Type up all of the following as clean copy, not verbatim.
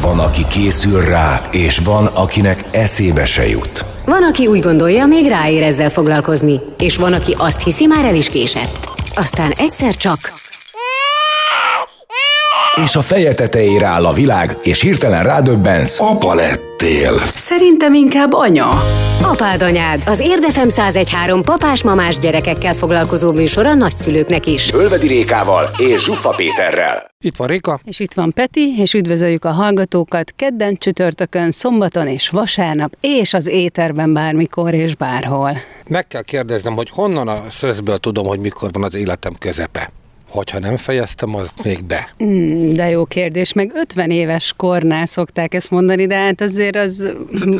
Van, aki készül rá, és van, akinek eszébe se jut. Van, aki úgy gondolja, még ráér ezzel foglalkozni, és van, aki azt hiszi, már el is késett. Aztán egyszer csak... És a feje tetejére áll a világ, és hirtelen rádöbbensz. Apa lettél. Szerintem inkább anya. Apád anyád, az Érdefem 101.3 papás-mamás gyerekekkel foglalkozó műsor a nagyszülőknek is. Ölvedi Rékával és Zsuffa Péterrel. Itt van Réka. És itt van Peti, és üdvözöljük a hallgatókat kedden, csütörtökön, szombaton és vasárnap, és az éterben bármikor és bárhol. Meg kell kérdeznem, hogy honnan a szözből tudom, hogy mikor van az életem közepe. Hogyha nem fejeztem, az még be. De jó kérdés, meg 50 éves kornál szokták ezt mondani, de hát azért az...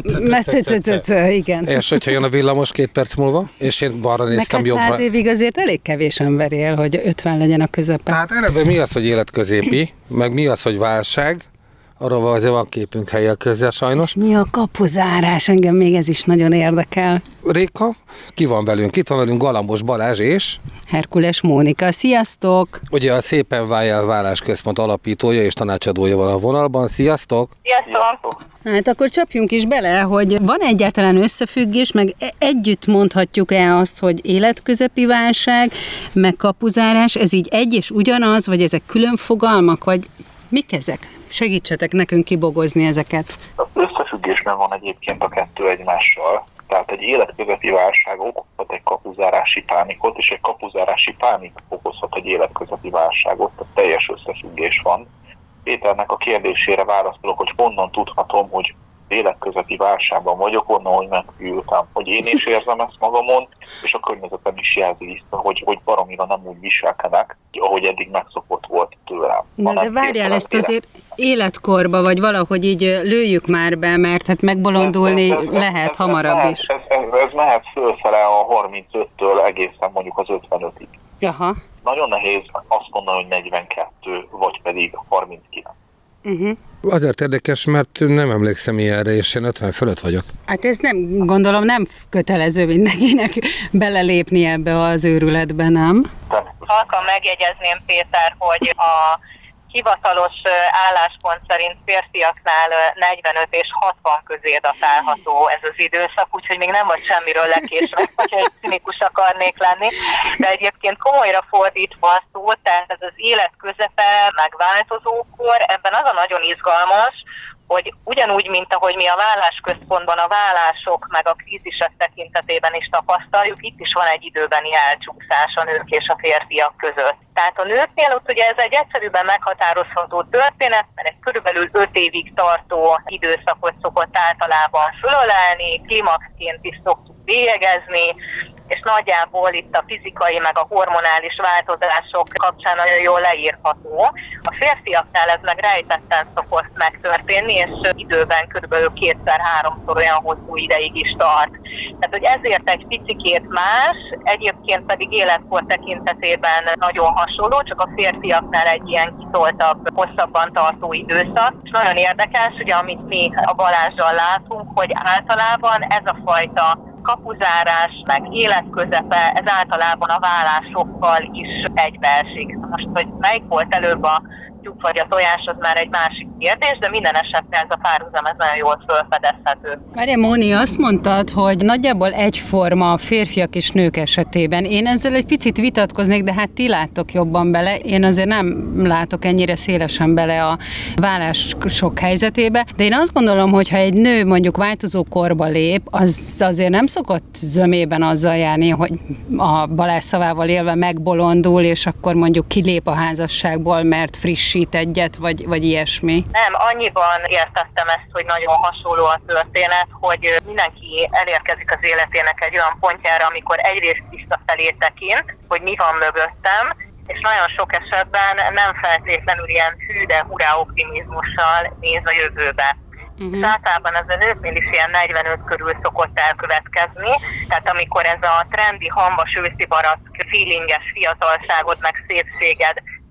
Igen. És hogyha jön a villamos 2 perc múlva, és én balra néztem jobbra... Meg 100 évig azért elég kevés ember él, hogy 50 legyen a közepe. Hát erre mi az, hogy életközépi, meg mi az, hogy válság, arról azért van képünk helyel közzel sajnos. És mi a kapuzárás? Engem még ez is nagyon érdekel. Réka, ki van velünk? Itt van velünk Galambos Balázs és... Herkules Mónika. Sziasztok! Ugye a Szépen Váljál Válásközpont alapítója és tanácsadója van a vonalban. Sziasztok! Sziasztok! Hát akkor csapjunk is bele, hogy van egyáltalán összefüggés, meg együtt mondhatjuk-e azt, hogy életközepi válság, meg kapuzárás, ez így egy és ugyanaz, vagy ezek külön fogalmak, vagy mik ezek? Segítsetek nekünk kibogozni ezeket. Az összefüggésben van egyébként a kettő egymással. Tehát egy életközepi válság okozhat egy kapuzárási pánikot, és egy kapuzárási pánik okozhat egy életközepi válságot, tehát teljes összefüggés van. Péternek a kérdésére válaszolok, hogy honnan tudhatom, hogy életközepi válságban vagyok, onnan, hogy megfültem, hogy én is érzem ezt magamon, és a környezetem is jelzi vissza, hogy baromira nem úgy viselkedek, ahogy eddig megszokott volt tőlem. De várjál, ezt azért életkorba, vagy valahogy így lőjük már be, mert hát megbolondulni lehet hamarabb is. Ez mehet fölfele a 35-től egészen mondjuk az 55-ig. Aha. Nagyon nehéz azt mondani, hogy 42, vagy pedig 39. Azért érdekes, mert nem emlékszem ilyenre, és én 50 fölött vagyok. Hát ez nem, gondolom nem kötelező mindenkinek belelépni ebbe az őrületbe, nem? Halkan megjegyezném, Péter, hogy a hivatalos álláspont szerint férfiaknál 45 és 60 közé datálható ez az időszak, úgyhogy még nem vagy semmiről lekésve, hogyha egy cinikus akarnék lenni. De egyébként komolyra fordítva a szót, tehát ez az élet közepe, meg változókor, ebben az a nagyon izgalmas, hogy ugyanúgy, mint ahogy mi a vállásközpontban a vállások meg a krízisek tekintetében is tapasztaljuk, itt is van egy időbeni elcsúszás a nők és a férfiak között. Tehát a nőknél ott ugye ez egy egyszerűbben meghatározható történet, mert egy körülbelül 5 évig tartó időszakot szokott általában fölölelni, klimaxként is szoktuk bélyegezni, és nagyjából itt a fizikai meg a hormonális változások kapcsán nagyon jól leírható. A férfiaknál ez meg rejtetten szokott megtörténni, és időben kb. 2-3-szor olyan hosszú ideig is tart. Tehát, hogy ezért egy picikét más, egyébként pedig életkor tekintetében nagyon hasonló, csak a férfiaknál egy ilyen kitoltabb, hosszabban tartó időszak. És nagyon érdekes, ugye amit mi a Balázsral látunk, hogy általában ez a fajta kapuzárás, meg életközepe, ez általában a vállásokkal is egybeesik. Most, hogy melyik volt előbb a tyúk vagy a tojás, az már egy másik kérdés, de minden esetben ez a párhuzam ez nagyon jól felfedezhető. Várjál, Móni, azt mondtad, hogy nagyjából egyforma a férfiak és nők esetében. Én ezzel egy picit vitatkoznék, de hát ti láttok jobban bele. Én azért nem látok ennyire szélesen bele a vállások helyzetébe, de én azt gondolom, hogy ha egy nő mondjuk változó korba lép, az azért nem szokott zömében azzal járni, hogy a Balázs szavával élve megbolondul, és akkor mondjuk kilép a házasságból, mert frissít egyet, vagy ilyesmi. Nem, annyiban értettem ezt, hogy nagyon hasonló a történet, hogy mindenki elérkezik az életének egy olyan pontjára, amikor egyrészt visszafelé tekint, hogy mi van mögöttem, és nagyon sok esetben nem feltétlenül ilyen hű, de hurrá optimizmussal néz a jövőbe. És általában ez a nőknél is ilyen 45 körül szokott elkövetkezni, tehát amikor ez a trendi, hambas, őszi barack, feelinges fiatalságod meg szépséged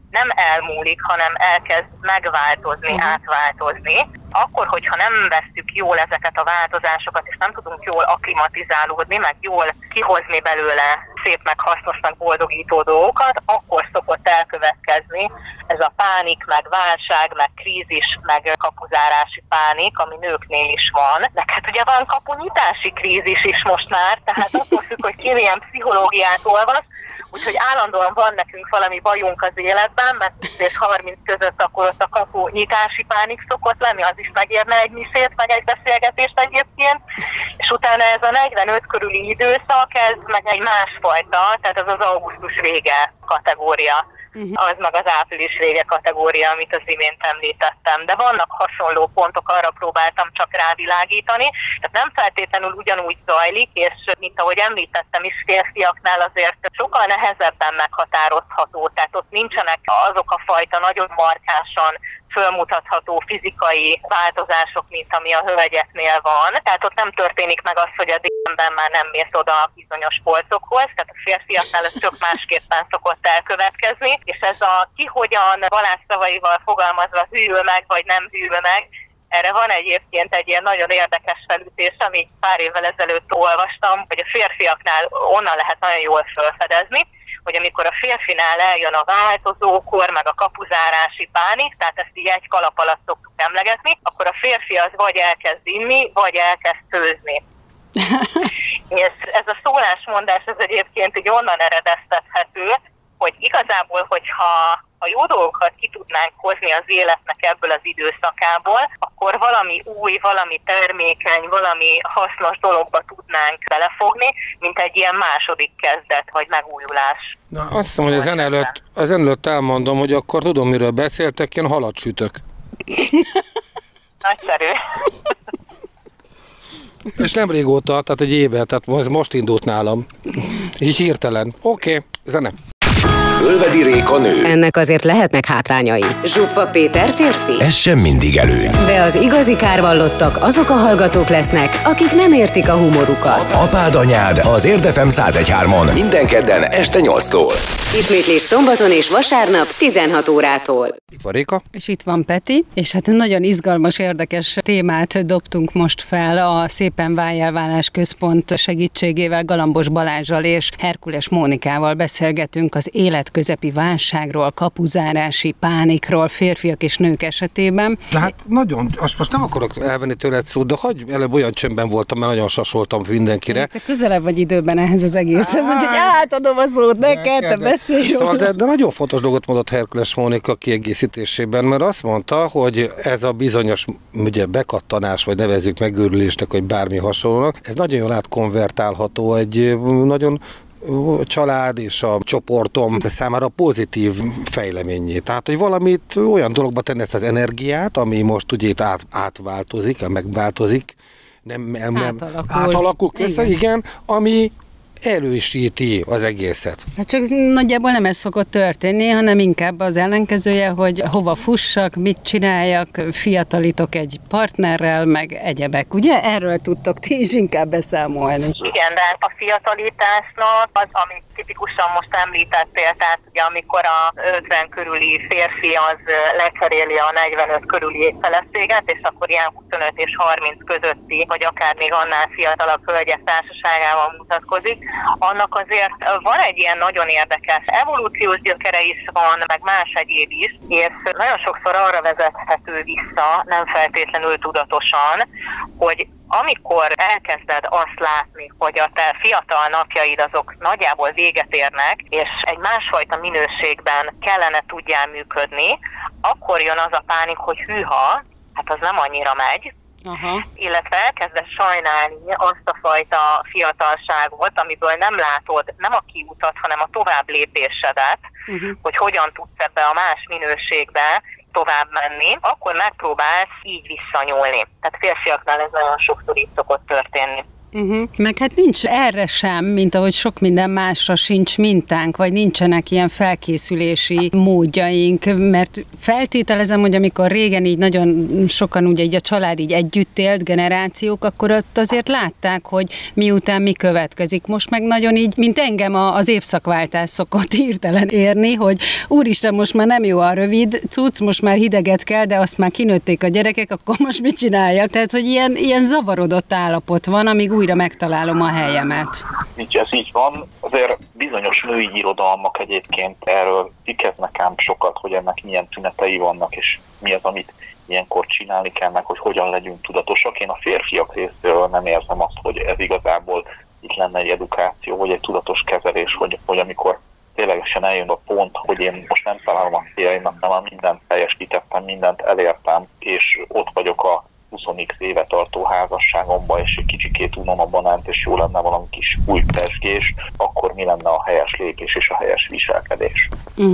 nem elmúlik, hanem elkezd megváltozni, átváltozni, akkor, hogyha nem vesszük jól ezeket a változásokat, és nem tudunk jól akklimatizálódni, meg jól kihozni belőle szép, meg hasznos, meg boldogító dolgokat, akkor szokott elkövetkezni ez a pánik, meg válság, meg krízis, meg kapuzárási pánik, ami nőknél is van. De hát ugye van kapunyitási krízis is most már, tehát attól függ, hogy ki milyen pszichológiát olvas, úgyhogy állandóan van nekünk valami bajunk az életben, mert 10 és 30 között akkor ott a kapunyitási pánik szokott lenni, az is megérne egy misét, meg egy beszélgetést egyébként, és utána ez a 45 körüli időszak, ez meg egy másfajta, tehát az az augusztus vége kategória. Az meg az április vége kategória, amit az imént említettem. De vannak hasonló pontok, arra próbáltam csak rávilágítani. Tehát nem feltétlenül ugyanúgy zajlik, és mint ahogy említettem is, férfiaknál azért sokkal nehezebben meghatározható. Tehát ott nincsenek azok a fajta nagyon markánsan fölmutatható fizikai változások, mint ami a hölgyeknél van. Tehát ott nem történik meg az, hogy a DM-ben már nem mész oda a bizonyos polcokhoz, tehát a férfiaknál ez csak másképpen szokott elkövetkezni, és ez a ki hogyan Balázs szavaival fogalmazva hűl meg, vagy nem hűl meg, erre van egyébként egy ilyen nagyon érdekes felütés, amit pár évvel ezelőtt olvastam, hogy a férfiaknál onnan lehet nagyon jól felfedezni, hogy amikor a férfinál eljön a változókor, meg a kapuzárási pánik, tehát ezt így egy kalap alatt szoktuk emlegetni, akkor a férfi az vagy elkezd inni, vagy elkezd főzni. És ez a szólásmondás ez egyébként így onnan eredeztethető, hogy igazából, hogyha jó dolgokat ki tudnánk hozni az életnek ebből az időszakából, akkor valami új, valami termékeny, valami hasznos dologba tudnánk belefogni, mint egy ilyen második kezdet, vagy megújulás. Na, azt hiszem, hogy az előtt elmondom, hogy akkor tudom, miről beszéltek, én halat sütök. Nagyszerű. És nem régóta, tehát egy éve, tehát ez most indult nálam. Így hirtelen. Oké, zene. Ölvedi Réka nő. Ennek azért lehetnek hátrányai. Zsuffa Péter férfi. Ez sem mindig előny. De az igazi kárvallottak azok a hallgatók lesznek, akik nem értik a humorukat. Apád anyád az Érd FM 101.3-on minden kedden este 8-tól. Ismétlés szombaton és vasárnap 16 órától. Itt van Réka. És itt van Peti, és hát nagyon izgalmas, érdekes témát dobtunk most fel a Szépen Váljál Válás Központ segítségével. Galambos Balázsral és Herkules Mónikával beszélgetünk az életközepi válságról, kapuzárási pánikról férfiak és nők esetében. De hát nagyon, most nem akarok elvenni tőled szót, de hagyj, előbb olyan csöndben voltam, mert nagyon sasoltam mindenkire. Te közelebb vagy időben ehhez az egészhez, úgyhogy átadom a szót neked, te beszélj róla. Szóval, de nagyon fontos dolgot mondott Herkules Mónika kiegészítésében, mert azt mondta, hogy ez a bizonyos ugye, bekattanás, vagy nevezzük megőrülésnek, vagy bármi hasonlónak, ez nagyon jól átkonvertálható egy nagyon család és a csoportom számára pozitív fejleményé. Tehát, hogy valamit olyan dologba tenni ezt az energiát, ami most ugye itt átváltozik, megváltozik, átalakul igen, ami erősíti az egészet. Hát csak nagyjából nem ez szokott történni, hanem inkább az ellenkezője, hogy hova fussak, mit csináljak, fiatalítok egy partnerrel, meg egyebek. Ugye? Erről tudtok ti is inkább beszámolni. Igen, de a fiatalításnak az, amit tipikusan most említettél, tehát ugye amikor a 50 körüli férfi az lecseréli a 45 körüli feleséget, és akkor ilyen 25 és 30 közötti, vagy akár még annál fiatalabb hölgyek társaságával mutatkozik, annak azért van egy ilyen nagyon érdekes evolúciós gyökere is van, meg más egyéb is, és nagyon sokszor arra vezethető vissza, nem feltétlenül tudatosan, hogy amikor elkezded azt látni, hogy a te fiatal napjaid azok nagyjából véget érnek, és egy másfajta minőségben kellene tudjál működni, akkor jön az a pánik, hogy hűha, hát az nem annyira megy, illetve elkezded sajnálni azt a fajta fiatalságot, amiből nem látod nem a kiutat, hanem a tovább lépésedet, hogy hogyan tudsz ebbe a más minőségbe tovább menni, akkor megpróbálsz így visszanyúlni. Tehát férfiaknál ez nagyon sokszor így szokott történni. Meg hát nincs erre sem, mint ahogy sok minden másra sincs mintánk, vagy nincsenek ilyen felkészülési módjaink, mert feltételezem, hogy amikor régen így nagyon sokan ugye így a család így együtt élt, generációk, akkor ott azért látták, hogy miután mi következik. Most meg nagyon így, mint engem az évszakváltás szokott hirtelen érni, hogy úristen, most már nem jó a rövid cucc, most már hideget kell, de azt már kinőtték a gyerekek, akkor most mit csináljak? Tehát, hogy ilyen zavarodott állapot van, amíg újra megtalálom a helyemet. Ez így van. Azért bizonyos női irodalmak egyébként erről cikkeznek ám sokat, hogy ennek milyen tünetei vannak, és mi az, amit ilyenkor csinálni kell, meg hogy hogyan legyünk tudatosak. Én a férfiak részéről nem érzem azt, hogy ez igazából itt lenne egy edukáció, vagy egy tudatos kezelés, hogy amikor ténylegesen eljön a pont, hogy én most nem találom a céljaimnak, nem mindent teljesítettem, mindent elértem, és ott vagyok a 20x éve tartó házasságomba, és egy kicsikét unom a banánt, és jó lenne valami kis új pesgés, akkor mi lenne a helyes lépés és a helyes viselkedés.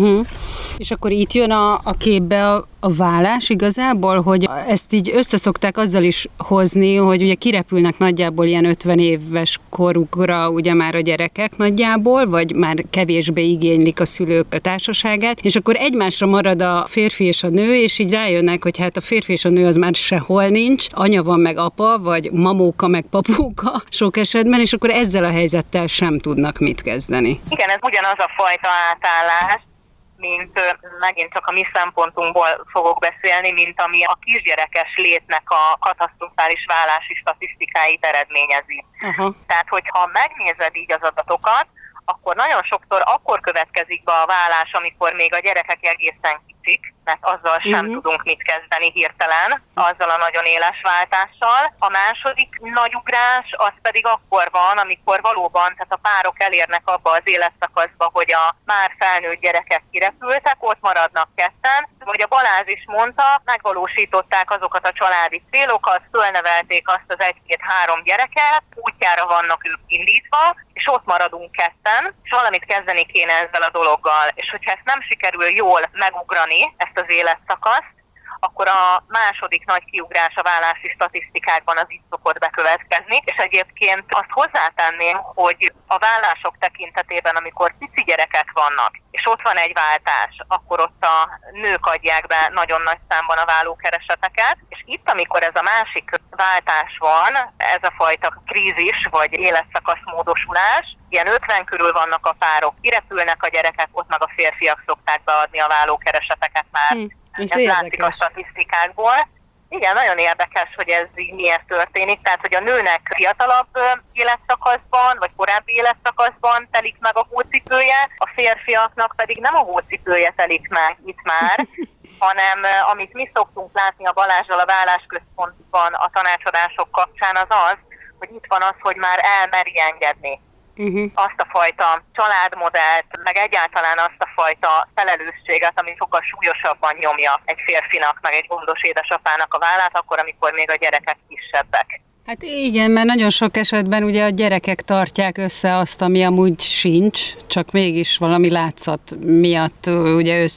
És akkor itt jön a képbe a vállás igazából, hogy ezt így összeszokták azzal is hozni, hogy ugye kirepülnek nagyjából ilyen 50 éves korukra ugye már a gyerekek nagyjából, vagy már kevésbé igénylik a szülők a társaságát, és akkor egymásra marad a férfi és a nő, és így rájönnek, hogy hát a férfi és a nő az már sehol nincs, anya van meg apa, vagy mamóka meg papóka sok esetben, és akkor ezzel a helyzettel sem tudnak mit kezdeni. Igen, ez ugyanaz a fajta átállás, mint megint csak a mi szempontunkból fogok beszélni, mint ami a kisgyerekes létnek a katasztrofális vállási statisztikáit eredményezi. Tehát, hogyha megnézed így az adatokat, akkor nagyon sokszor akkor következik be a vállás, amikor még a gyerekek egészen kicsik, mert azzal sem tudunk mit kezdeni hirtelen, azzal a nagyon éles váltással. A második nagy ugrás az pedig akkor van, amikor valóban, tehát a párok elérnek abba az életszakaszba, hogy a már felnőtt gyerekek kirepültek, ott maradnak ketten, vagy a Balázs is mondta, megvalósították azokat a családi célokat, fölnevelték azt az 1-2-3 gyereket, útjára vannak ők indítva, és ott maradunk ketten, és valamit kezdeni kéne ezzel a dologgal. És hogyha ezt nem sikerül jól megugrani, ezt az életszakaszt, akkor a második nagy kiugrás a vállási statisztikákban az itt szokott bekövetkezni, és egyébként azt hozzátenném, hogy a vállások tekintetében, amikor pici gyerekek vannak, és ott van egy váltás, akkor ott a nők adják be nagyon nagy számban a vállókereseteket, és itt, amikor ez a másik váltás van, ez a fajta krízis, vagy életszakaszmódosulás, ilyen 50 körül vannak a párok, kirepülnek a gyerekek, ott meg a férfiak szokták beadni a vállókereseteket már. Ez látszik a statisztikákból. Igen, nagyon érdekes, hogy ez így miért történik. Tehát, hogy a nőnek fiatalabb életszakaszban, vagy korábbi életszakaszban telik meg a hócipője, a férfiaknak pedig nem a hócipője telik meg itt már, hanem amit mi szoktunk látni a Balázsral a vállásközpontban a tanácsadások kapcsán az az, hogy itt van az, hogy már elmeri engedni. Azt a fajta családmodellt, meg egyáltalán azt a fajta felelősséget, ami sokkal súlyosabban nyomja egy férfinak, meg egy gondos édesapának a vállát, akkor, amikor még a gyerekek kisebbek. Hát igen, mert nagyon sok esetben ugye a gyerekek tartják össze azt, ami amúgy sincs, csak mégis valami látszat miatt ugye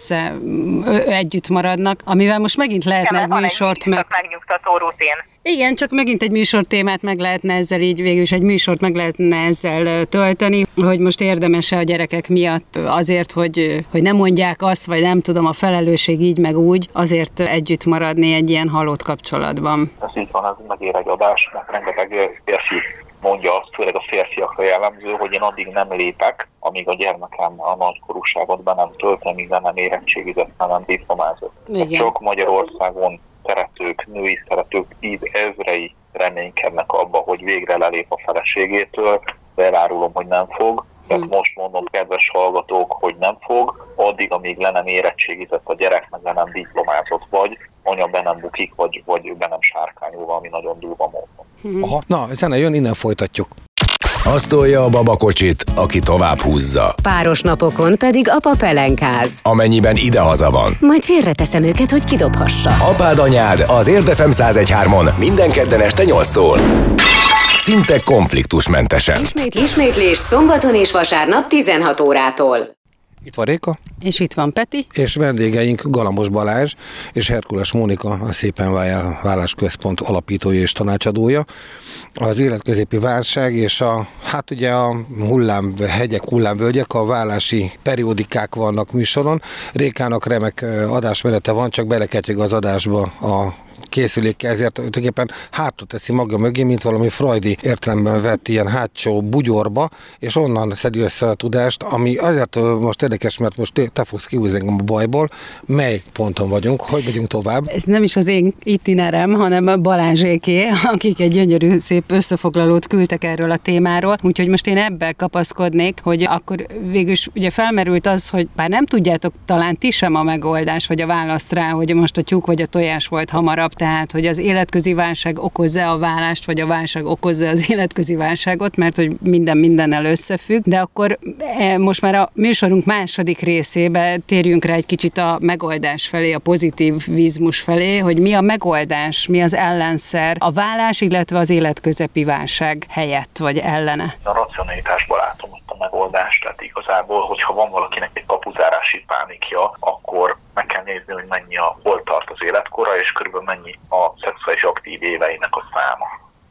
együtt maradnak, amivel most megint lehetne egy műsort megnyugtató rutin. Igen, csak megint egy műsortémát meg lehetne ezzel így, végülis egy műsort meg lehetne ezzel tölteni, hogy most érdemes-e a gyerekek miatt azért, hogy nem mondják azt, vagy nem tudom, a felelősség így meg úgy, azért együtt maradni egy ilyen halott kapcsolatban. Ez így van, ez megér egy adás, mert rengeteg férfi mondja azt, főleg a férfiakra jellemző, hogy én addig nem lépek, amíg a gyermekem a nagykorúságot be nem tölt, amíg nem érettségizett, nem diplomázott. Csak Magyarországon szeretők, női szeretők 10 000 reménykednek abba, hogy végre lelép a feleségétől, de elárulom, hogy nem fog. Tehát most mondom, kedves hallgatók, hogy nem fog, addig, amíg le nem érettségizett a gyerek, meg le nem diplomázott, vagy anya be nem bukik, vagy be nem sárkányul, valami nagyon durva módon. Aha, na, zene jön, innen folytatjuk. Azt tolja a babakocsit, aki tovább húzza. Páros napokon pedig apa pelenkáz. Amennyiben idehaza van. Majd félreteszem őket, hogy kidobhassa. Apád anyád az Érd FM 101.3-on minden kedden este 8-tól. Szinte konfliktusmentesen. Ismétlés szombaton és vasárnap 16 órától. Itt van Réka. És itt van Peti. És vendégeink Galambos Balázs és Herkules Mónika, a Szépen Váljál Vállásközpont alapítója és tanácsadója. Az életközépi válság és a hegyek, hullámvölgyek, a vállási periódikák vannak műsoron. Rékának remek adásmenete van, csak beleketyeg az adásba a készülékkel, ezért tulajdonképpen hátra teszi maga mögé, mint valami freudi értelemben vett ilyen hátsó bugyorba, és onnan szedi össze a tudást, ami azért most érdekes, mert most te fogsz kihúzni engem a bajból, mely ponton vagyunk, hogy megyünk tovább. Ez nem is az én itinerem, hanem a Balázséké, akik egy gyönyörű szép összefoglalót küldtek erről a témáról, úgyhogy most én ebben kapaszkodnék, hogy akkor végülis ugye felmerült az, hogy bár nem tudjátok talán ti sem a megoldás, vagy a választ rá, hogy most a tyúk vagy a tojás volt hamarabb, tehát, hogy az életközi válság okozza a vállást, vagy a válság okozza az életközi válságot, mert hogy minden mindennel összefügg, de akkor most már a műsorunk második részébe térjünk rá egy kicsit a megoldás felé, a pozitivizmus felé, hogy mi a megoldás, mi az ellenszer a vállás, illetve az életközepi válság helyett, vagy ellene. A racionalitásban látom ott a megoldást, tehát igazából, hogyha van valakinek egy kapuzárási pánikja, akkor meg kell nézni, hogy hol tart az életkora, és körülbelül mennyi a szexuális aktív éveinek a száma.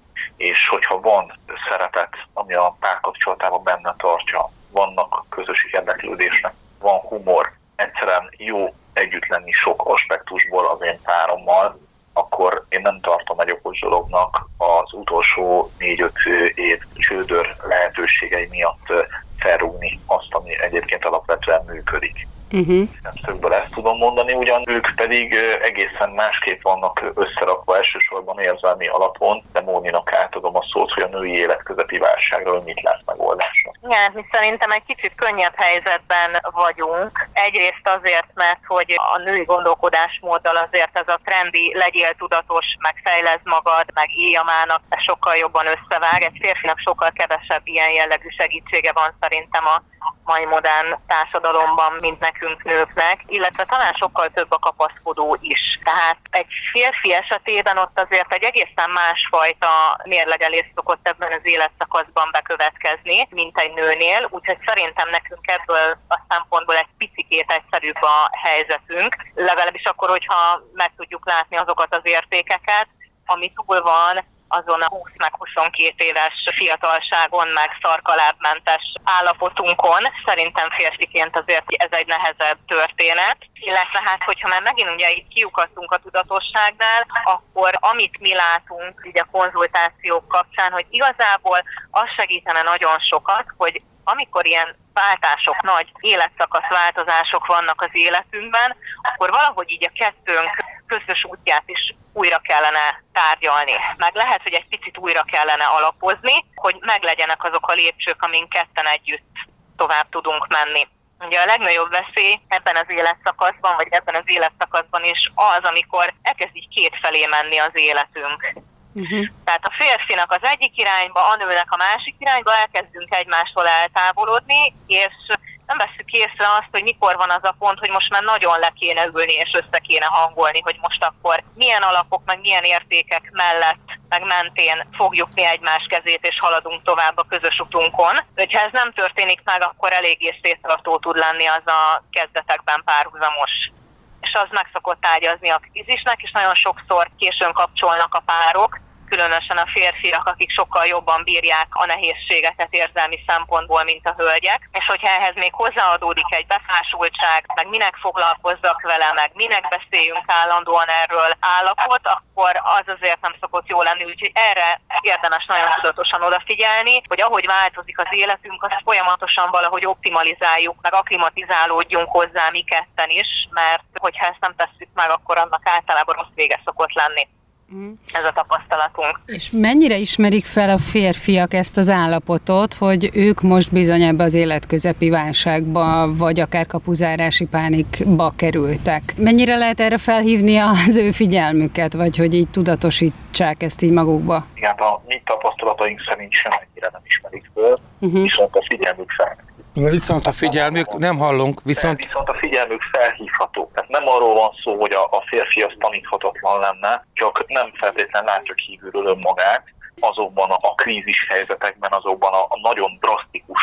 És hogyha van szeretet, ami a párkapcsolatában benne tartja, vannak közös érdeklődésnek, van humor, egyszerűen jó együtt lenni sok aspektusból az én párommal, akkor én nem tartom egy okos dolognak az utolsó 4-5 év csődör lehetőségei miatt felrúgni azt, ami egyébként alapvetően működik. Többől ezt tudom mondani, ugyan ők pedig egészen másképp vannak összerakva elsősorban érzelmi alapon, de Móninak átadom a szót, hogy a női életközepi válságról mit lát megoldásra. Igen, mi szerintem egy kicsit könnyebb helyzetben vagyunk. Egyrészt azért, mert hogy a női gondolkodásmóddal azért ez a trendi, legyél tudatos, meg fejleszd magad, meg éjjamának sokkal jobban összevág. Egy férfinak sokkal kevesebb ilyen jellegű segítsége van szerintem a mai modern társadalomban, mint nekünk nőknek, illetve talán sokkal több a kapaszkodó is. Tehát egy férfi esetében ott azért egy egészen másfajta mérlegelés szokott ebben az életszakaszban bekövetkezni, mint egy nőnél, úgyhogy szerintem nekünk ebből a szempontból egy picikét egyszerűbb a helyzetünk, legalábbis akkor, hogyha meg tudjuk látni azokat az értékeket, ami túl van azon a 20 meg 22 éves fiatalságon, meg szarkalábmentes állapotunkon. Szerintem férfiként azért ez egy nehezebb történet. Illetve hát, hogyha már megint ugye itt kiukadtunk a tudatosságnál, akkor amit mi látunk így a konzultációk kapcsán, hogy igazából az segítene nagyon sokat, hogy amikor ilyen váltások, nagy életszakasz változások vannak az életünkben, akkor valahogy így a kettőnk közös útját is újra kellene tárgyalni. Meg lehet, hogy egy picit újra kellene alapozni, hogy meglegyenek azok a lépcsők, amin ketten együtt tovább tudunk menni. Ugye a legnagyobb veszély ebben az életszakaszban, vagy ebben az életszakaszban is az, amikor elkezd így kétfelé menni az életünk. Tehát a férfinak az egyik irányba, a nőnek a másik irányba elkezdünk egymástól eltávolodni, és nem vesszük észre azt, hogy mikor van az a pont, hogy most már nagyon le kéne ülni és össze kéne hangolni, hogy most akkor milyen alapok, meg milyen értékek mellett, meg mentén fogjuk mi egymás kezét és haladunk tovább a közös utunkon. Hogyha ez nem történik meg, akkor eléggé széttartó tud lenni az a kezdetekben párhuzamos. És az meg szokott ágyazni a krízisnek, és nagyon sokszor későn kapcsolnak a párok, különösen a férfiak, akik sokkal jobban bírják a nehézségeket érzelmi szempontból, mint a hölgyek. És hogyha ehhez még hozzáadódik egy befásultság, meg minek foglalkozzak vele, meg minek beszéljünk állandóan erről állapot, akkor az azért nem szokott jó lenni. Úgyhogy erre érdemes nagyon tudatosan odafigyelni, hogy ahogy változik az életünk, azt folyamatosan valahogy optimalizáljuk, meg akklimatizálódjunk hozzá mi ketten is, mert hogyha ezt nem tesszük meg, akkor annak általában rossz vége szokott lenni. Ez a tapasztalatunk. És mennyire ismerik fel a férfiak ezt az állapotot, hogy ők most bizony ebbe az életközepi válságba, vagy akár kapuzárási pánikba kerültek? Mennyire lehet erre felhívni az ő figyelmüket, vagy hogy így tudatosítsák ezt így magukba? Igen, a mi tapasztalataink szerint semennyire nem ismerik föl, viszont a figyelmük fel. Viszont a figyelmük, nem hallunk, viszont a figyelmük felhívható. Tehát nem arról van szó, hogy a férfi az taníthatatlan lenne, csak nem feltétlenül látja kívülről önmagát, azokban a krízis helyzetekben, azokban a nagyon drasztikus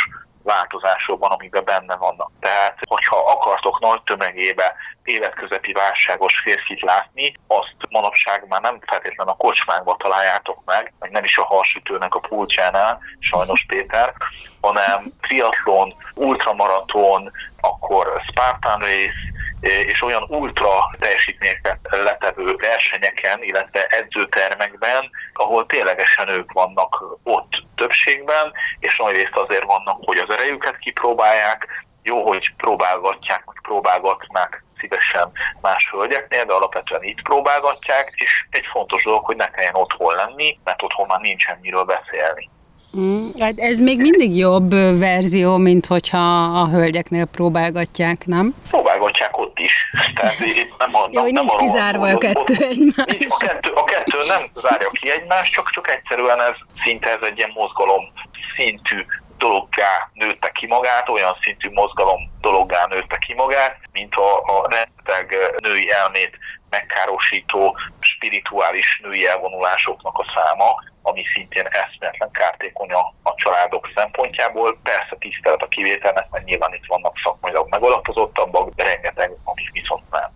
változásokban, amiben benne vannak. Tehát, hogyha akartok nagy tömegébe életközepi válságos férfit látni, azt manapság már nem feltétlenül a kocsmákba találjátok meg, vagy nem is a harsütőnek a pultjánál, sajnos Péter, hanem triatlon, ultramaraton, akkor Spartan Race, és olyan ultra teljesítményeket letevő versenyeken, illetve edzőtermekben, ahol ténylegesen ők vannak ott többségben, és nagyrészt azért vannak, hogy az erejüket kipróbálják, jó, hogy próbálgatnak szívesen más hölgyeknél, de alapvetően itt próbálgatják, és egy fontos dolog, hogy ne kelljen otthon lenni, mert otthon már nincsen miről beszélni. Hát ez még mindig jobb verzió, mint hogyha a hölgyeknél próbálgatják, nem? Próbálgatják ott is. Tehát itt hogy nincs kizárva a kettő egymást. A kettő nem zárja ki egymást, csak egyszerűen ez szinte egy ilyen mozgalom szintű dologgá nőtte ki magát, olyan szintű mozgalom dologgá nőtte ki magát, mint a rengeteg női elmét megkárosító spirituális női elvonulásoknak a száma, ami szintén eszméletlen kártékony a családok szempontjából. Persze tisztelet a kivételnek, mert nyilván itt vannak szakmailag megalapozottabbak, de rengeteg, amik viszont nem.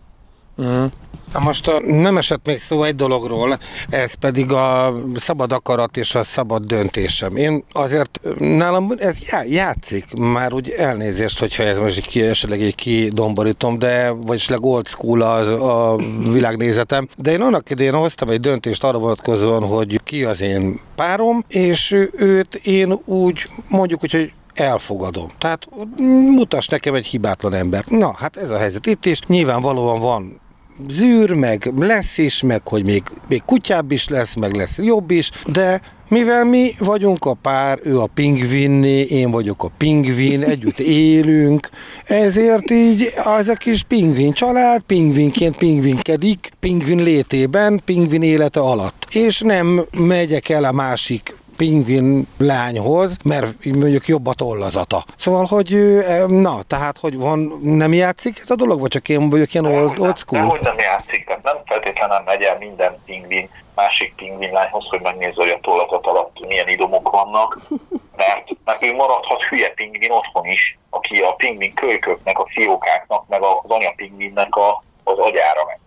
Na most nem esett még szó egy dologról, ez pedig a szabad akarat és a szabad döntésem. Én azért nálam ez játszik, már úgy elnézést, hogyha ez most esetleg így kidomborítom, de vagyis old school a világnézetem, de én annak idején hoztam egy döntést arra vonatkozóan, hogy ki az én párom, és őt én úgy mondjuk, hogy elfogadom. Tehát mutass nekem egy hibátlan ember. Na, hát ez a helyzet itt is. Nyilvánvalóan van zűr, meg lesz is, meg hogy még kutyább is lesz, meg lesz jobb is, de mivel mi vagyunk a pár, ő a pingvinné, én vagyok a pingvin, együtt élünk, ezért így az a kis pingvin család pingvinként pingvinkedik, pingvin létében, pingvin élete alatt. És nem megyek el a másik pingvin lányhoz, mert mondjuk jobb a tollazata. Szóval, hogy na, tehát, hogy nem játszik ez a dolog, vagy csak én vagyok ilyen old school? Nehogy nem játszik, tehát nem feltétlenül megy el minden pingvin másik pingvin lányhoz, hogy megnézze, hogy a tollazat alatt milyen idomok vannak, mert ő maradhat hülye pingvin otthon is, aki a pingvin kölyköknek, a fiókáknak, meg az anyapingvinnek az agyára megy.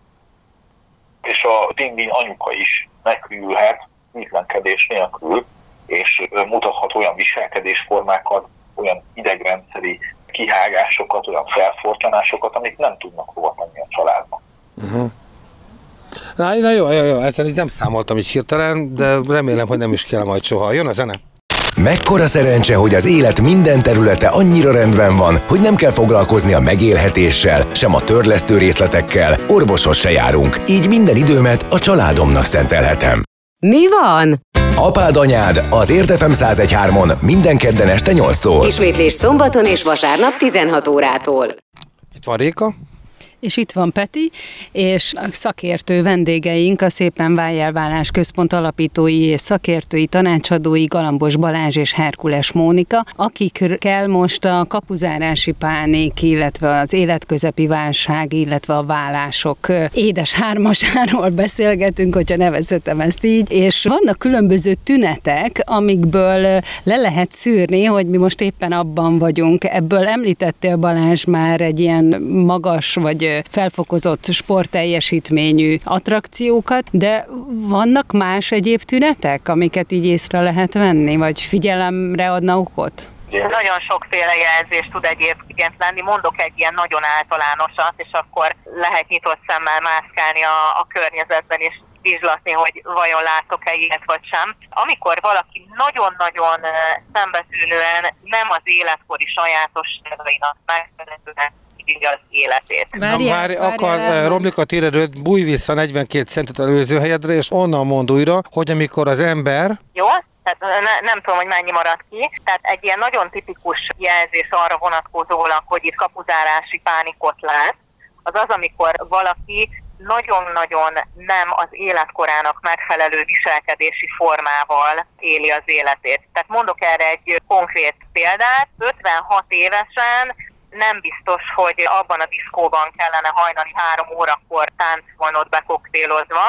És a pingvin anyuka is meghűlhet hűtlenkedés nélkül, és mutathat olyan viselkedésformákat, olyan idegrendszeri kihágásokat, olyan felfortyanásokat, amik nem tudnak hova tenni a családban. Na jó, ezzel így nem számoltam így hirtelen, de remélem, hogy nem is kell majd soha. Jön a zene? Mekkora szerencse, hogy az élet minden területe annyira rendben van, hogy nem kell foglalkozni a megélhetéssel, sem a törlesztő részletekkel, orvoshoz se járunk, így minden időmet a családomnak szentelhetem. Mi van? Apád anyád az Ért FM 101.3-on minden kedden este 8-tól. Ismétlés szombaton és vasárnap 16 órától. Itt van Réka. És itt van Peti, és a szakértő vendégeink, a Szépen Válj el Válás Központ alapítói és szakértői tanácsadói Galambos Balázs és Herkules Mónika, akikkel most a kapuzárási pánik, illetve az életközepi válság, illetve a vállások édes hármasáról beszélgetünk, hogyha nevezhetem ezt így, és vannak különböző tünetek, amikből le lehet szűrni, hogy mi most éppen abban vagyunk. Ebből említettél, Balázs, már egy ilyen magas vagy felfokozott sportteljesítményű attrakciókat, de vannak más egyéb tünetek, amiket így észre lehet venni, vagy figyelemre adna okot? Nagyon sokféle jelzés tud egyébként lenni. Mondok egy ilyen nagyon általánosat, és akkor lehet nyitott szemmel mászkálni a környezetben, és vizslatni, hogy vajon látok-e ilyet vagy sem. Amikor valaki nagyon-nagyon szembetűnően nem az életkori sajátosságainak megfelelően az életét. Várj, akkor Romlika térerőt, bújj vissza 42 centet előző helyedre, és onnan mond újra, hogy amikor az ember... Jó? Tehát nem tudom, hogy mennyi maradt ki. Tehát egy ilyen nagyon tipikus jelzés arra vonatkozólag, hogy itt kapuzárási pánikot lát, az az, amikor valaki nagyon-nagyon nem az életkorának megfelelő viselkedési formával éli az életét. Tehát mondok erre egy konkrét példát. 56 évesen nem biztos, hogy abban a diszkóban kellene hajnali 3 órakor táncolnod bekoktélozva,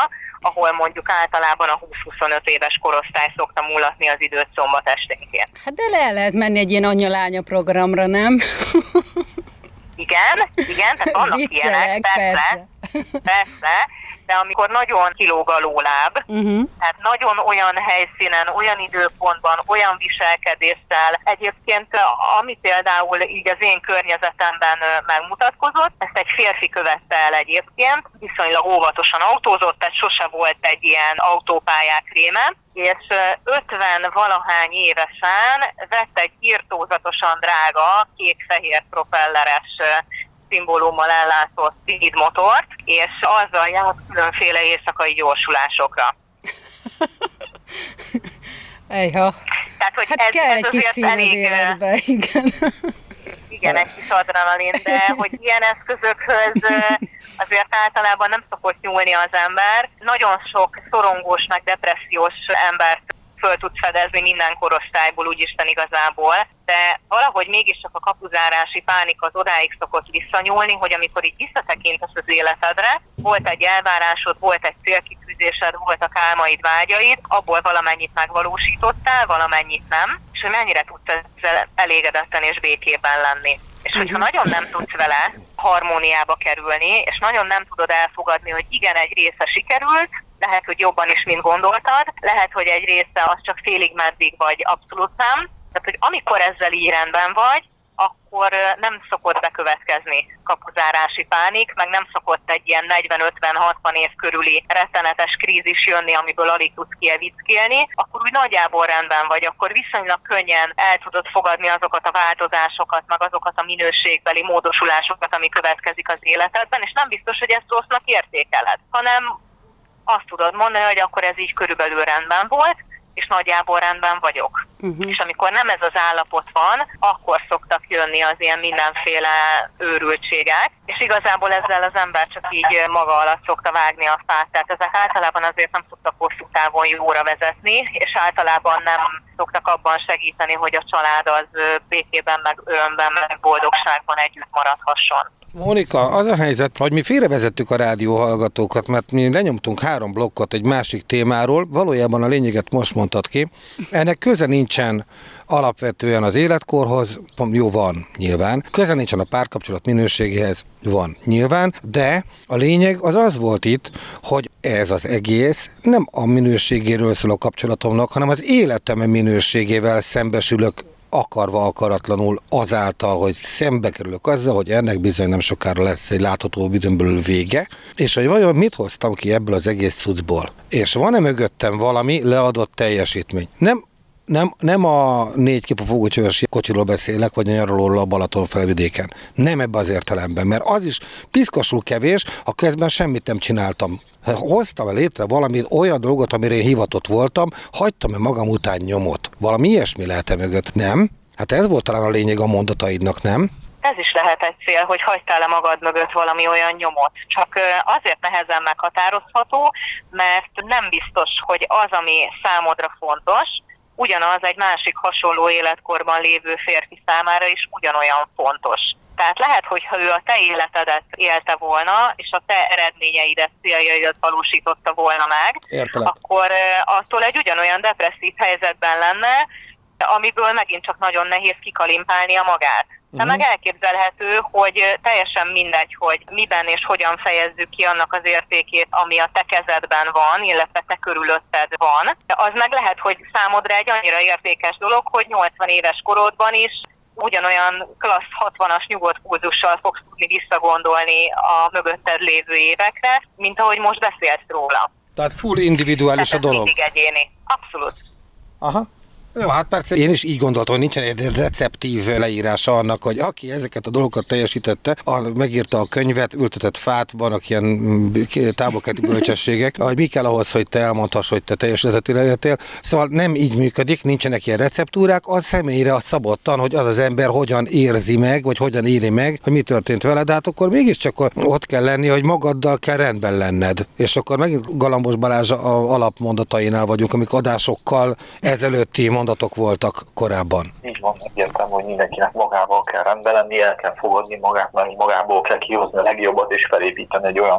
ahol mondjuk általában a 20-25 éves korosztály szokta mulatni az időt szombat esténként. Hát de le lehet menni egy ilyen anya-lánya programra, nem? Igen, tehát vannak ilyenek, persze, de amikor nagyon kilóg a lóláb, tehát nagyon olyan helyszínen, olyan időpontban, olyan viselkedéssel, egyébként ami például így az én környezetemben megmutatkozott, ezt egy férfi követte el egyébként, viszonylag óvatosan autózott, tehát sose volt egy ilyen autópályák réme, és 50-valahány évesen vett egy irtózatosan drága, kék-fehér propelleres szimbólummal ellátott speed motort, és azzal járt különféle éjszakai gyorsulásokra. Ejha. Tehát, hogy hát kell egy kis szín elég, az életbe, igen. Igen, egy kis adrenalin, de hogy ilyen eszközökhöz azért általában nem szokott nyúlni az ember. Nagyon sok szorongós, meg depressziós embert föl tudsz fedezni minden korosztályból, úgyisten igazából, de valahogy mégiscsak a kapuzárási pánik az odáig szokott visszanyúlni, hogy amikor így visszatekintesz az életedre, volt egy elvárásod, volt egy célkitűzésed, voltak álmaid, vágyaid, abból valamennyit megvalósítottál, valamennyit nem, és hogy mennyire tudsz ezzel elégedetten és békében lenni. És hogyha nagyon nem tudsz vele harmóniába kerülni, és nagyon nem tudod elfogadni, hogy igen, egy része sikerült, lehet, hogy jobban is, mint gondoltad, lehet, hogy egy része az csak félig meddig vagy abszolút nem. Tehát, hogy amikor ezzel így rendben vagy, akkor nem szokott bekövetkezni kapuzárási pánik, meg nem szokott egy ilyen 40-50-60 év körüli rettenetes krízis jönni, amiből alig tudsz kievickélni, akkor úgy nagyjából rendben vagy, akkor viszonylag könnyen el tudod fogadni azokat a változásokat, meg azokat a minőségbeli módosulásokat, ami következik az életedben, és nem biztos, hogy ezt rossznak értékeled, hanem azt tudod mondani, hogy akkor ez így körülbelül rendben volt, és nagyjából rendben vagyok. És amikor nem ez az állapot van, akkor szoktak jönni az ilyen mindenféle őrültségek, és igazából ezzel az ember csak így maga alatt szokta vágni a fát. Tehát ezek általában azért nem szoktak hosszú távon jóra vezetni, és általában nem szoktak abban segíteni, hogy a család az békében, meg örömben, meg boldogságban együtt maradhasson. Mónika, az a helyzet, hogy mi félrevezettük a rádióhallgatókat, mert mi lenyomtunk 3 blokkot egy másik témáról, valójában a lényeget most mondtad ki. Ennek köze nincsen alapvetően az életkorhoz, jó, van nyilván, köze nincsen a párkapcsolat minőségéhez, van nyilván, de a lényeg az volt itt, hogy ez az egész nem a minőségéről szól a kapcsolatomnak, hanem az életem minőségével szembesülök akarva, akaratlanul azáltal, hogy szembe kerülök azzal, hogy ennek bizony nem sokára lesz egy látható időn belül vége, és hogy vajon mit hoztam ki ebből az egész cuccból. És van-e mögöttem valami leadott teljesítmény? Nem a 4 kipufogócsöves kocsiról beszélek, vagy a nyaralóról a Balaton felvidéken. Nem ebbe az értelemben, mert az is piszkosul kevés, a közben semmit nem csináltam. Hoztam létre valami olyan dolgot, amire én hivatott voltam, hagytam-e magam után nyomot. Valami ilyesmi lehet-e mögött? Nem? Hát ez volt talán a lényeg a mondataidnak, nem? Ez is lehet egy cél, hogy hagytál-e magad mögött valami olyan nyomot. Csak azért nehezen meghatározható, mert nem biztos, hogy az, ami számodra fontos, ugyanaz egy másik hasonló életkorban lévő férfi számára is ugyanolyan fontos. Tehát lehet, hogy ha ő a te életedet élte volna, és a te eredményeidet, céljaidat valósította volna meg, akkor attól egy ugyanolyan depresszív helyzetben lenne, amiből megint csak nagyon nehéz kikalimpálnia magát. De meg elképzelhető, hogy teljesen mindegy, hogy miben és hogyan fejezzük ki annak az értékét, ami a te kezedben van, illetve te körülötted van. Az meg lehet, hogy számodra egy annyira értékes dolog, hogy 80 éves korodban is ugyanolyan klassz 60-as nyugodt pulzussal fogsz tudni visszagondolni a mögötted lévő évekre, mint ahogy most beszélsz róla. Tehát full individuális a dolog. Mindig egyéni. Abszolút. Aha. Jó, hát persze én is így gondoltam, hogy nincsen egy receptív leírása annak, hogy aki ezeket a dolgokat teljesítette, megírta a könyvet, ültetett fát, vannak ilyen távolkeleti bölcsességek, hogy mi kell ahhoz, hogy te elmondhass, hogy te teljesítettet éltél. Szóval nem így működik, nincsenek ilyen receptúrák, az személyre szabottan, hogy az az ember hogyan érzi meg, vagy hogyan éli meg, hogy mi történt veled, de hát akkor mégiscsak ott kell lenni, hogy magaddal kell rendben lenned. És akkor megint Galambos Balázs alapmondatainál vagyunk, amik adásokkal ezelőtti mondatok voltak korábban. Így van, egyértelmű, hogy mindenkinek magával kell rendben lenni, el kell fogadni magát, mert magából kell kihozni a legjobbat és felépíteni egy olyan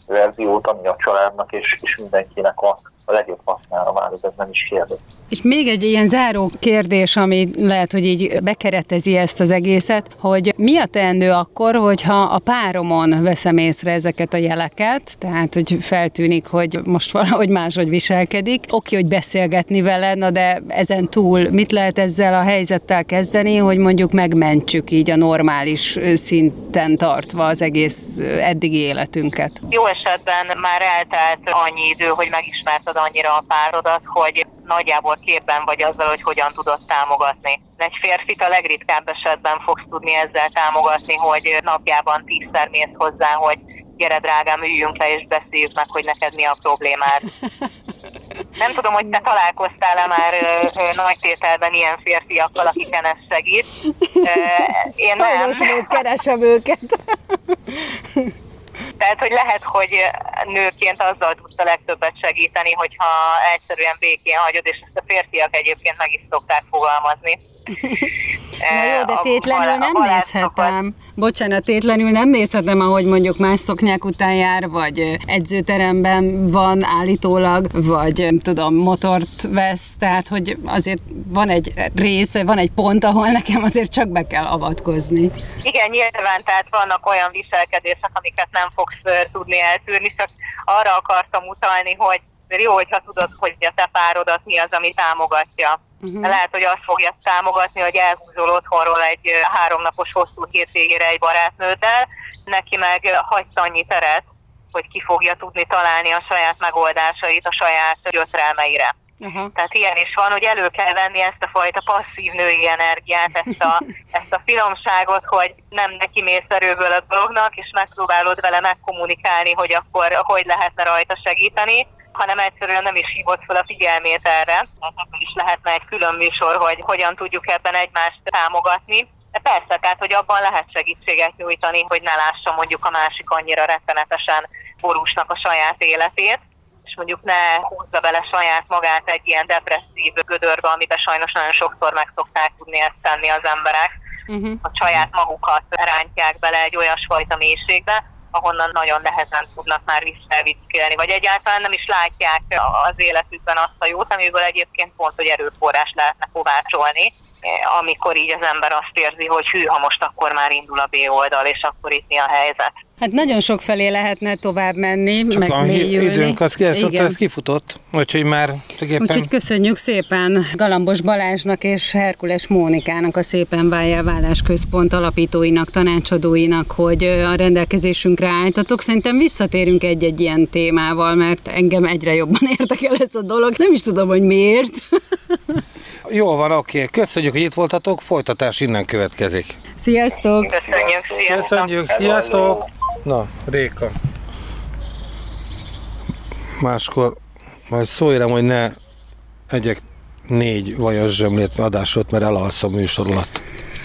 verziót, ami a családnak és mindenkinek a legjobb hasznára már, ez nem is kérdés. És még egy ilyen záró kérdés, ami lehet, hogy így bekeretezi ezt az egészet, hogy mi a teendő akkor, hogyha a páromon veszem észre ezeket a jeleket, tehát, hogy feltűnik, hogy most valahogy máshogy viselkedik. Oké, hogy beszélgetni vele, na de ezen túl mit lehet ezzel a helyzettel kezdeni, hogy mondjuk megmentsük így a normális szinten tartva az egész eddigi életünket? Jó esetben már eltelt annyi idő, hogy megismerted annyira a párodat, hogy nagyjából képben vagy azzal, hogy hogyan tudod támogatni. Egy férfit a legritkább esetben fogsz tudni ezzel támogatni, hogy napjában 10-szer mész hozzá, hogy gyere drágám, üljünk le és beszéljük meg, hogy neked mi a problémád. Nem tudom, hogy te találkoztál-e már nagy tételben ilyen férfiakkal, akiken ez segít. Én nem. Sajnos még keresem őket. Tehát, hogy lehet, hogy nőként azzal tudsz a legtöbbet segíteni, hogyha egyszerűen békén hagyod, és ezt a férfiak egyébként meg is szokták fogalmazni. Na jó, de tétlenül nem nézhetem. Bocsánat, tétlenül nem nézhetem, ahogy mondjuk más szoknyák után jár, vagy edzőteremben van állítólag, vagy tudom, motort vesz, tehát hogy azért van egy rész, van egy pont, ahol nekem azért csak be kell avatkozni. Igen, nyilván, tehát vannak olyan viselkedések, amiket nem fogsz tudni eltűrni, csak arra akartam utalni, hogy jó, hogyha tudod, hogy a te párodat mi az, ami támogatja. Lehet, hogy azt fogja támogatni, hogy elhúzol otthonról egy 3 napos hosszú hétvégére egy barátnőddel, neki meg hagysz annyi teret, hogy ki fogja tudni találni a saját megoldásait a saját gyötrelmeire. Tehát ilyen is van, hogy elő kell venni ezt a fajta passzív női energiát, ezt a finomságot, hogy nem neki mész erőből a dolognak, és megpróbálod vele megkommunikálni, hogy akkor hogy lehetne rajta segíteni, hanem egyszerűen nem is hívott fel a figyelmét erre. Ebből is lehetne egy külön műsor, hogy hogyan tudjuk ebben egymást támogatni. De persze, tehát, hogy abban lehet segítséget nyújtani, hogy ne lássa mondjuk a másik annyira rettenetesen borúsnak a saját életét, és mondjuk ne húzza bele saját magát egy ilyen depresszív gödörbe, amiben sajnos nagyon sokszor meg szokták tudni ezt tenni az emberek. A saját magukat rántják bele egy olyasfajta mélységbe, ahonnan nagyon nehezen tudnak már visszavickélni, vagy egyáltalán nem is látják az életükben azt a jót, amiből egyébként pont, hogy erőforrás lehetne kovácsolni, amikor így az ember azt érzi, hogy hű, ha most akkor már indul a B oldal, és akkor itt mi a helyzet. Hát nagyon sok felé lehetne tovább menni, csak meg mélyülni. Időnk az ez kifutott, úgyhogy már tulajdonképpen... Úgyhogy köszönjük szépen Galambos Balázsnak és Herkules Mónikának, a Szépen Váljál Vállásközpont alapítóinak, tanácsadóinak, hogy a rendelkezésünkre álltatok. Szerintem visszatérünk egy-egy ilyen témával, mert engem egyre jobban érdekel ez a dolog. Nem is tudom, hogy miért. Jól van, oké. Köszönjük, hogy itt voltatok, folytatás innen következik. Sziasztok! Köszönjük, sziasztok! Köszönjük, sziasztok! Na, Réka. Máskor majd szólj rám, hogy ne egyek 4 vajas zsömlét adásot, mert elalszom műsor alatt.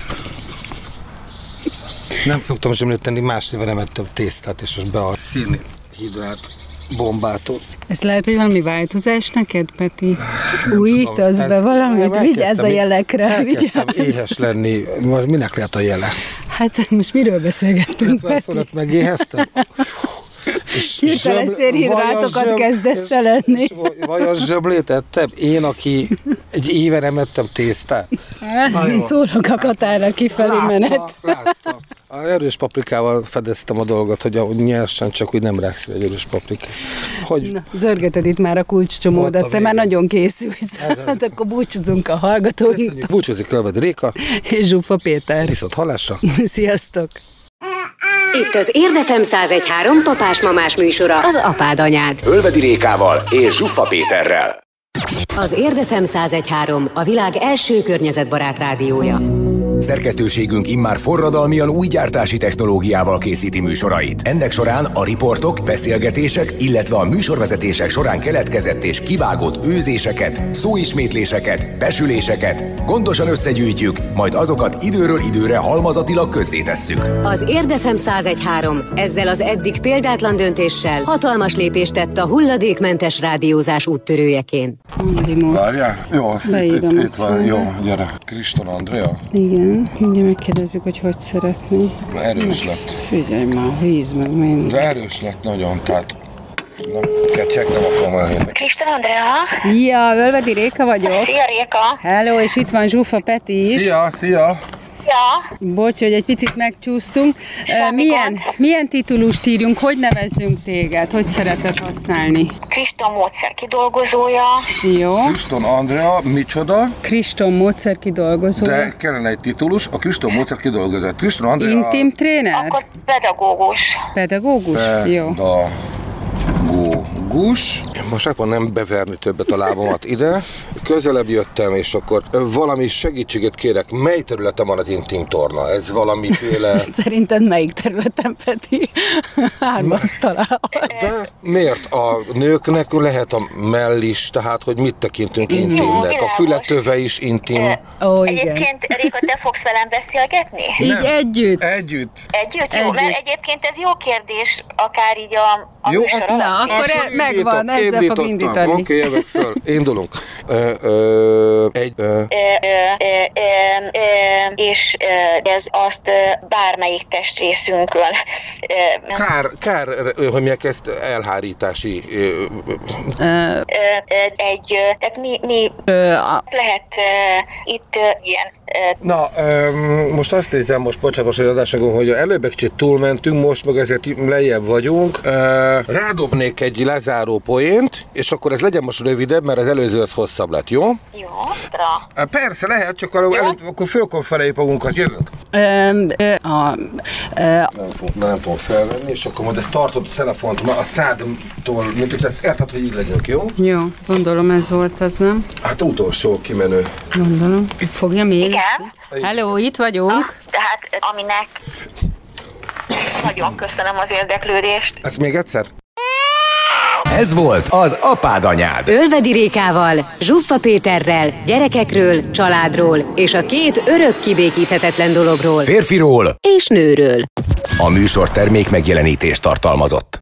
Nem szoktam zsömlét tenni, másnéven nem ettem tésztát, és most be a szénhidrát bombától. Ez lehet, hogy valami változás neked, Peti? Újítasz be valamit? Vigyázz a jelekre! Elkezdtem éhes lenni. Az minek lehet a jele? Hát most miről beszélgettünk, Peti? Fölött megéheztem? Hirtelen szénhidrátokat kezdesz szeledni. Vajas zsömlét ettem? Én, aki egy éve nem ettem tésztát? Én szólok a Katára kifelé menet. Láttam. A erős paprikával fedeztem a dolgot, hogy nyersen, csak úgy nem rákszol egy erős paprikát. Na, zörgeted itt már a kulcscsomódat, te már nagyon készülsz. Hát akkor búcsúzunk a hallgatóink. Búcsúzik Ölvedi Réka. És Zsufa Péter. Viszont hallásra. Sziasztok. Itt az Érdefem 101.3 papás-mamás műsora, az apád anyád. Ölvedi Rékával és Zsuffa Péterrel. Az Érdefem 101.3 a világ első környezetbarát rádiója. Szerkesztőségünk immár forradalmian új gyártási technológiával készíti műsorait. Ennek során a riportok, beszélgetések, illetve a műsorvezetések során keletkezett és kivágott őzéseket, szóismétléseket, besüléseket gondosan összegyűjtjük, majd azokat időről időre halmazatilag közzétesszük. Az Érdefem 101.3 ezzel az eddig példátlan döntéssel hatalmas lépést tett a hulladékmentes rádiózás úttörőjeként. Várjál? Jó, itt van, jó, gyere. Kriston Andrea. Igen. Mindjárt megkérdezzük, hogy szeretné. Erős lett. Figyelj már, víz meg minden. De erős lett nagyon, tehát ketyek nem akarom elhinni. Kriston Andrea. Szia, Ölvedi Réka vagyok. Szia, Réka. Hello, és itt van Zsuffa Peti is. Szia! Ja. Bocs, hogy egy picit megcsúsztunk. Milyen titulust írjunk, hogy nevezzünk téged? Hogy szereted használni? Kriston módszer kidolgozója. Jó. Kriston Andrea, micsoda? Kriston módszer kidolgozója. De kellene egy titulus, a Kriston módszer kidolgozója. Kriston Andrea... Intim tréner? Akkor pedagógus. Pedagógus? Jó. Pedagógus. Most éppen nem beverni többet a lábamat ide. Közelebb jöttem, és akkor valami segítséget kérek. Mely területen van az intim torna? Ez valamiféle... Szerinted melyik területen, Peti? Hármat találhat. De miért? A nőknek lehet a mell is, tehát hogy mit tekintünk intimnek? A fületöve is intim. Ó, igen. Egyébként, Réka, te fogsz velem beszélgetni? Így együtt. Együtt? Jó, mert egyébként ez jó kérdés, akár így a műsor alatt. Na, akkor megvan, ezzel fog indítani. Oké, jövök föl. Indulunk. És ez azt bármelyik testrészünkön. Kár, hogy mondják ezt elhárítási... Tehát mi lehet itt ilyen... Na, most azt nézem, bocsánat, hogy adásunkon, hogy előbb egy kicsit túlmentünk, most meg ezért lejjebb vagyunk. Rádobnék egy lezáró poént, és akkor ez legyen most rövidebb, mert az előző az hosszabb lett, jó? Jó, persze, lehet, csak akkor föl akarom feleljük magunkat, jövök. Nem tudom felvenni, és akkor majd ezt tartod a telefont a szádtól, mint hogy ezt érted, hogy így legyünk, jó? Jó, gondolom ez volt az, nem? Hát utolsó kimenő. Gondolom. Fogja még? Igen. Hello, itt vagyunk. Tehát aminek nagyon köszönöm az érdeklődést. Ezt még egyszer? Ez volt az Apád Anyád. Ölvedi Rékával, Zsuffa Péterrel, gyerekekről, családról és a két örök kibékíthetetlen dologról. Férfiról És nőről. a műsor termék megjelenítést tartalmazott.